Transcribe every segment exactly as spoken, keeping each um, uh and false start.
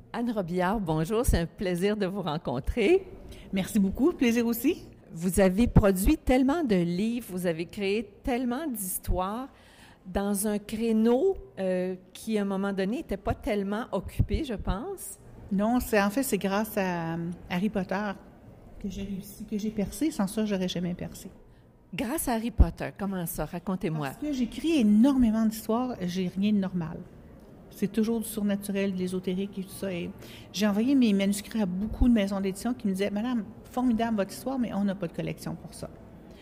Anne Robillard, bonjour, c'est un plaisir de vous rencontrer. Merci beaucoup, plaisir aussi. Vous avez produit tellement de livres, vous avez créé tellement d'histoires dans un créneau euh, qui, à un moment donné, n'était pas tellement occupé, je pense. Non, c'est en fait, c'est grâce à Harry Potter que j'ai réussi, que j'ai percé. Sans ça, j'aurais jamais percé. Grâce à Harry Potter, comment ça? Racontez-moi. Parce que j'écris énormément d'histoires, j'ai rien de normal. C'est toujours du surnaturel, de l'ésotérique et tout ça. Et j'ai envoyé mes manuscrits à beaucoup de maisons d'édition qui me disaient « Madame, formidable votre histoire, mais on n'a pas de collection pour ça. »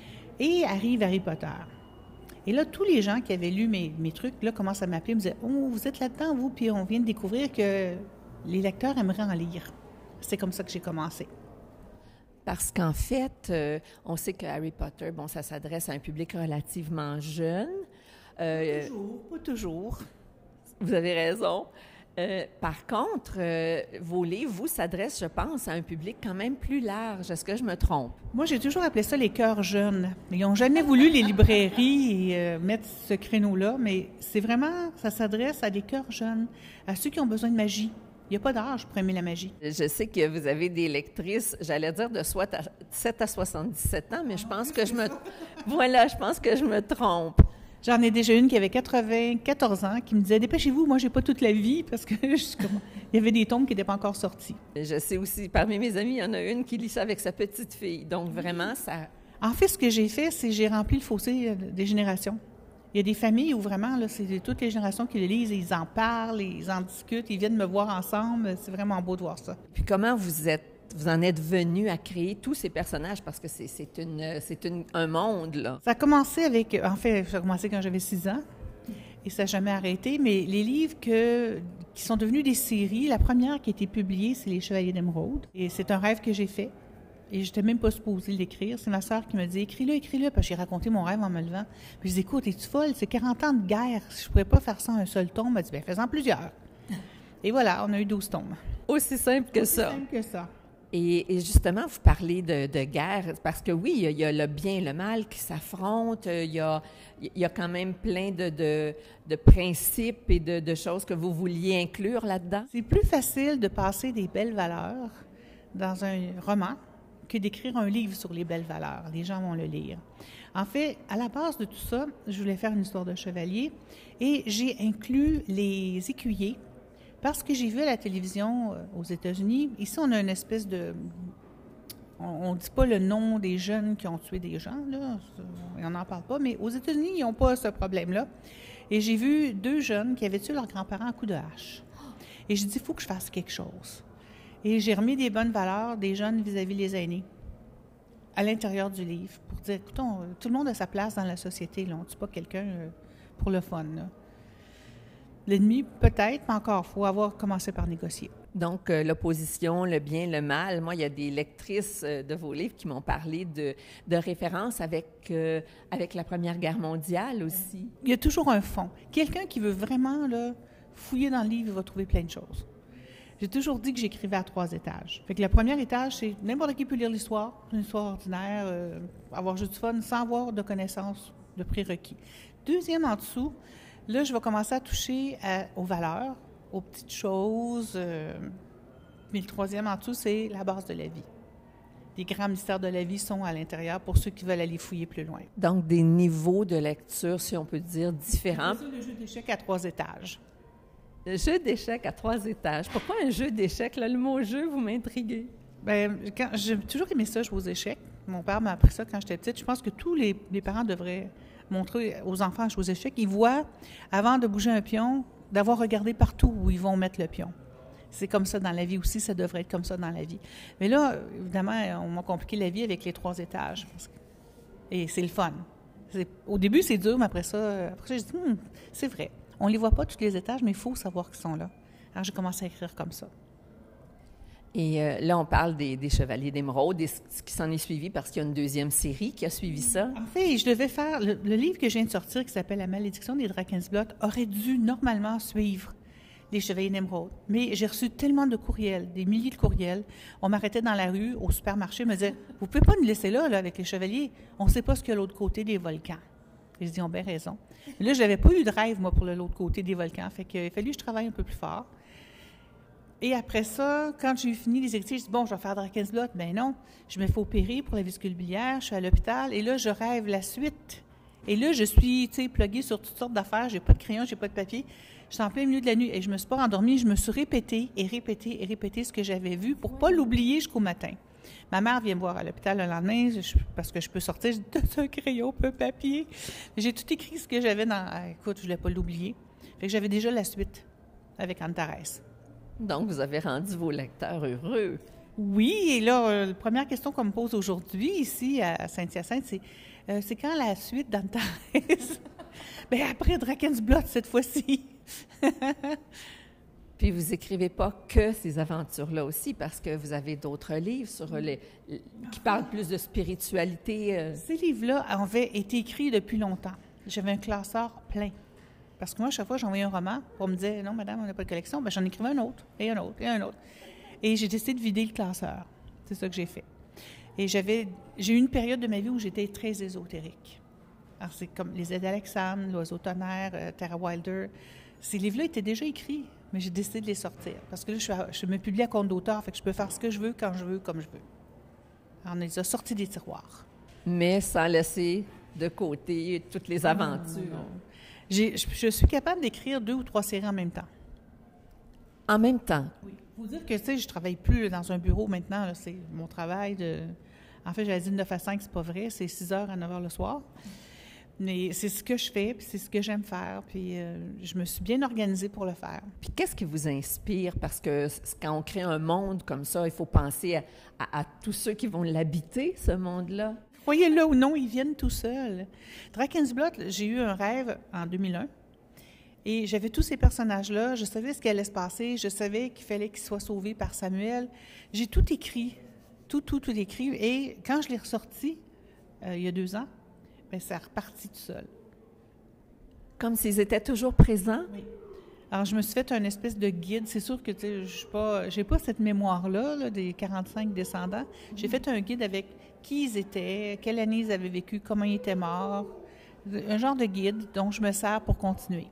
Et arrive Harry Potter. Et là, tous les gens qui avaient lu mes, mes trucs, là, commencent à m'appeler et me disaient « Oh, vous êtes là-dedans, vous, puis on vient de découvrir que les lecteurs aimeraient en lire. » C'est comme ça que j'ai commencé. Parce qu'en fait, euh, on sait que Harry Potter, bon, ça s'adresse à un public relativement jeune. Euh, pas toujours, pas toujours. Vous avez raison. Euh, par contre, euh, vos livres, vous, s'adressent, je pense, à un public quand même plus large. Est-ce que je me trompe? Moi, j'ai toujours appelé ça les cœurs jeunes. Ils n'ont jamais voulu, les librairies, euh, mettre ce créneau-là, mais c'est vraiment, ça s'adresse à des cœurs jeunes, à ceux qui ont besoin de magie. Il n'y a pas d'âge pour aimer la magie. Je sais que vous avez des lectrices, j'allais dire de sept à soixante-dix-sept ans, mais je pense que je me... Voilà, je pense que je me trompe. J'en ai déjà une qui avait quatre-vingt-quatorze ans qui me disait « Dépêchez-vous, moi, j'ai pas toute la vie. » Parce que je suis comme... il y avait des tomes qui n'étaient pas encore sortis. Je sais aussi, parmi mes amis, il y en a une qui lit ça avec sa petite fille. Donc, vraiment, ça... En fait, ce que j'ai fait, c'est que j'ai rempli le fossé des générations. Il y a des familles où vraiment, là, c'est toutes les générations qui le lisent, ils en parlent, ils en discutent, ils viennent me voir ensemble. C'est vraiment beau de voir ça. Puis comment vous êtes, vous en êtes venu à créer tous ces personnages? Parce que c'est, c'est, une, c'est une, un monde, là. Ça a commencé avec... En fait, ça a commencé quand j'avais six ans et ça n'a jamais arrêté. Mais les livres que, qui sont devenus des séries, la première qui a été publiée, c'est Les Chevaliers d'Émeraude. Et c'est un rêve que j'ai fait. Et je n'étais même pas supposée l'écrire. C'est ma sœur qui me dit « Écris-le, écris-le. » Puis j'ai raconté mon rêve en me levant. Puis je dis « Écoute, es-tu folle? C'est quarante ans de guerre. Je ne pourrais pas faire ça en un seul tome. » Elle m'a dit « Bien, fais-en plusieurs. » Et voilà, on a eu douze tomes. Aussi simple que Aussi ça. simple que ça. Et, et justement, vous parlez de, de guerre, parce que oui, il y, a, il y a le bien et le mal qui s'affrontent. Il y a, il y a quand même plein de, de, de principes et de, de choses que vous vouliez inclure là-dedans. C'est plus facile de passer des belles valeurs dans un roman que d'écrire un livre sur les belles valeurs. Les gens vont le lire. En fait, à la base de tout ça, je voulais faire une histoire de chevalier et j'ai inclus les écuyers parce que j'ai vu à la télévision euh, aux États-Unis, ici on a une espèce de... On ne dit pas le nom des jeunes qui ont tué des gens, là, on n'en parle pas, mais aux États-Unis, ils n'ont pas ce problème-là. Et j'ai vu deux jeunes qui avaient tué leurs grands-parents à coups de hache. Et j'ai dit, il faut que je fasse quelque chose. Et j'ai remis des bonnes valeurs des jeunes vis-à-vis des aînés à l'intérieur du livre pour dire, écoutons, tout le monde a sa place dans la société. Là. On ne tue pas quelqu'un pour le fun. Là. L'ennemi, peut-être, mais encore, il faut avoir commencé par négocier. Donc, euh, l'opposition, le bien, le mal. Moi, il y a des lectrices euh, de vos livres qui m'ont parlé de, de références avec, euh, avec la Première Guerre mondiale aussi. Il y a toujours un fond. Quelqu'un qui veut vraiment là, fouiller dans le livre, il va trouver plein de choses. J'ai toujours dit que j'écrivais à trois étages. Fait que le premier étage, c'est n'importe qui peut lire l'histoire, une histoire ordinaire, euh, avoir juste du fun, sans avoir de connaissances de prérequis. Deuxième en dessous, là, je vais commencer à toucher à, aux valeurs, aux petites choses. Euh, mais le troisième en dessous, c'est la base de la vie. Les grands mystères de la vie sont à l'intérieur pour ceux qui veulent aller fouiller plus loin. Donc, des niveaux de lecture, si on peut dire, différents. C'est ça, le jeu d'échecs à trois étages. Le jeu d'échecs à trois étages. Pourquoi un jeu d'échecs? Là, le mot « jeu », vous m'intriguez. Bien, quand, j'ai toujours aimé ça, jouer aux échecs. Mon père m'a appris ça quand j'étais petite. Je pense que tous les, les parents devraient montrer aux enfants à jouer aux échecs. Ils voient, avant de bouger un pion, d'avoir regardé partout où ils vont mettre le pion. C'est comme ça dans la vie aussi, ça devrait être comme ça dans la vie. Mais là, évidemment, on m'a compliqué la vie avec les trois étages. Parce que, et c'est le fun. C'est, au début, c'est dur, mais après ça, après ça j'ai dit, hm, c'est vrai. On ne les voit pas tous les étages, mais il faut savoir qu'ils sont là. Alors, j'ai commencé à écrire comme ça. Et euh, là, on parle des, des Chevaliers d'Émeraude, et ce qui s'en est suivi, parce qu'il y a une deuxième série qui a suivi ça. En fait, je devais faire... Le, le livre que je viens de sortir, qui s'appelle « La malédiction des Drakensblot », aurait dû normalement suivre les Chevaliers d'Émeraude. Mais j'ai reçu tellement de courriels, des milliers de courriels. On m'arrêtait dans la rue, au supermarché, me disait « Vous ne pouvez pas nous laisser là, là, avec les Chevaliers. On ne sait pas ce qu'il y a de l'autre côté des volcans. » Et je dis, ils ont bien raison. Mais là, je n'avais pas eu de rêve, moi, pour l'autre côté des volcans. Fait qu'il a fallu que je travaille un peu plus fort. Et après ça, quand j'ai fini les exercices, je dis, bon, je vais faire Drakensblot. Ben non, je me fais opérer pour la vésicule biliaire, je suis à l'hôpital, et là, je rêve la suite. Et là, je suis, tu sais, pluguée sur toutes sortes d'affaires, j'ai pas de crayon, j'ai pas de papier. Je suis en plein milieu de la nuit et je me suis pas endormie, je me suis répété et répété et répété ce que j'avais vu pour pas l'oublier jusqu'au matin. Ma mère vient me voir à l'hôpital le lendemain je, parce que je peux sortir. Je dis, t'as un crayon, un papier. J'ai tout écrit ce que j'avais dans... Ah, écoute, je voulais pas l'oublier. Fait que j'avais déjà la suite avec Anne-Thérèse. Donc, vous avez rendu vos lecteurs heureux. Oui, et là, euh, la première question qu'on me pose aujourd'hui, ici, à Saint-Hyacinthe, c'est euh, c'est quand la suite d'Anne-Thérèse? Bien, après Drakensblot, cette fois-ci. Puis vous écrivez pas que ces aventures-là aussi, parce que vous avez d'autres livres sur les, qui parlent plus de spiritualité. Euh. Ces livres-là avaient été écrits depuis longtemps. J'avais un classeur plein. Parce que moi, chaque fois, j'envoyais un roman, on me disait « Non, madame, on n'a pas de collection. » Bien, j'en écrivais un autre, et un autre, et un autre. Et j'ai décidé de vider le classeur. C'est ça que j'ai fait. Et j'avais, j'ai eu une période de ma vie où j'étais très ésotérique. Alors, c'est comme Les Aides d'Alexandre, L'Oiseau tonnerre, euh, Terra Wilder. Ces livres-là étaient déjà écrits, mais j'ai décidé de les sortir. Parce que là, je, suis à, je me publie à compte d'auteur, fait que je peux faire ce que je veux, quand je veux, comme je veux. Alors, on les a sortis des tiroirs. Mais sans laisser de côté toutes les aventures. Non, non. J'ai, je, je suis capable d'écrire deux ou trois séries en même temps. En même temps? Oui. Il faut dire que, tu sais, je ne travaille plus là, dans un bureau maintenant. Là, c'est mon travail de... En fait, j'avais dit de neuf à cinq, c'est pas vrai. C'est six heures à neuf heures le soir. Mais c'est ce que je fais, puis c'est ce que j'aime faire. Puis euh, je me suis bien organisée pour le faire. Puis qu'est-ce qui vous inspire? Parce que quand on crée un monde comme ça, il faut penser à, à, à tous ceux qui vont l'habiter, ce monde-là. Croyez-le ou non, ils viennent tout seuls. Drakensblot, j'ai eu un rêve en deux mille un. Et j'avais tous ces personnages-là. Je savais ce qui allait se passer. Je savais qu'il fallait qu'ils soient sauvés par Samuel. J'ai tout écrit. Tout, tout, tout écrit. Et quand je l'ai ressorti, euh, il y a deux ans, bien, ça a reparti tout seul. Comme s'ils étaient toujours présents? Oui. Alors, je me suis fait un espèce de guide. C'est sûr que, tu sais, je n'ai pas, j'ai pas cette mémoire-là, là, des quarante-cinq descendants. Mm-hmm. J'ai fait un guide avec qui ils étaient, quelle année ils avaient vécu, comment ils étaient morts. Un genre de guide dont je me sers pour continuer.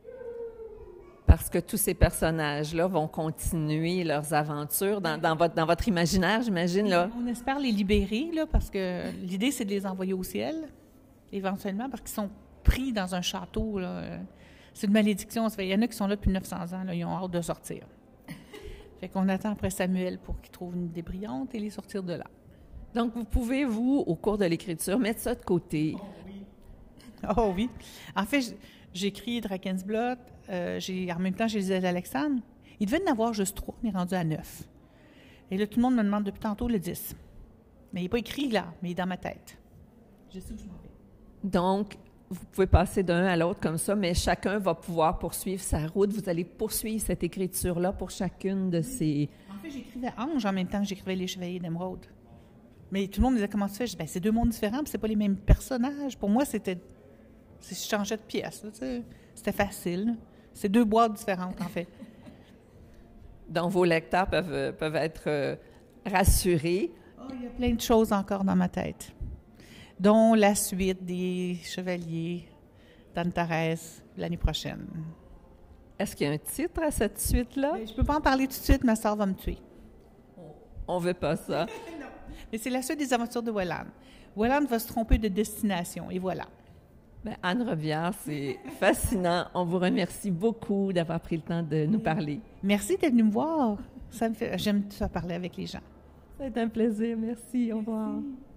Parce que tous ces personnages-là vont continuer leurs aventures dans, dans, votre, dans votre imaginaire, j'imagine, là. On espère les libérer, là, parce que l'idée, c'est de les envoyer au ciel, éventuellement, parce qu'ils sont pris dans un château, là. C'est une malédiction. Il y en a qui sont là depuis neuf cents ans, là, ils ont hâte de sortir. Fait qu'on attend après Samuel pour qu'il trouve une idée brillante et les sortir de là. Donc, vous pouvez, vous, au cours de l'écriture, mettre ça de côté. Oh oui. Oh oui. En fait, j'écris Drakensblot, euh, j'ai, en même temps, j'ai Les Aides d'Alexandre. Il devait en avoir juste trois, on est rendu à neuf. Et là, tout le monde me demande depuis tantôt le dix. Mais il n'est pas écrit là, mais il est dans ma tête. Je sais où je m'en vais. Donc, vous pouvez passer d'un à l'autre comme ça, mais chacun va pouvoir poursuivre sa route. Vous allez poursuivre cette écriture-là pour chacune de ces... En fait, j'écrivais Ange en même temps que j'écrivais Les Chevaliers d'Émeraude. Mais tout le monde me disait, comment tu fais? Je dis, ben, c'est deux mondes différents, puis c'est pas les mêmes personnages. Pour moi, c'était... Si je changeais de pièce, là, c'était facile. C'est deux boîtes différentes, en fait. Donc, vos lecteurs peuvent, peuvent être euh, rassurés. Oh, il y a plein de choses encore dans ma tête, dont la suite des Chevaliers d'Anne-Thérèse l'année prochaine. Est-ce qu'il y a un titre à cette suite-là? Mais je ne peux pas en parler tout de suite, ma soeur va me tuer. On ne veut pas ça. Non. Mais c'est la suite des aventures de Welland. Welland va se tromper de destination, et voilà. Bien, Anne Robillard, c'est fascinant. On vous remercie beaucoup d'avoir pris le temps de nous parler. Merci d'être venu me voir. Ça me fait... J'aime ça parler avec les gens. C'est un plaisir. Merci. Au revoir. Merci.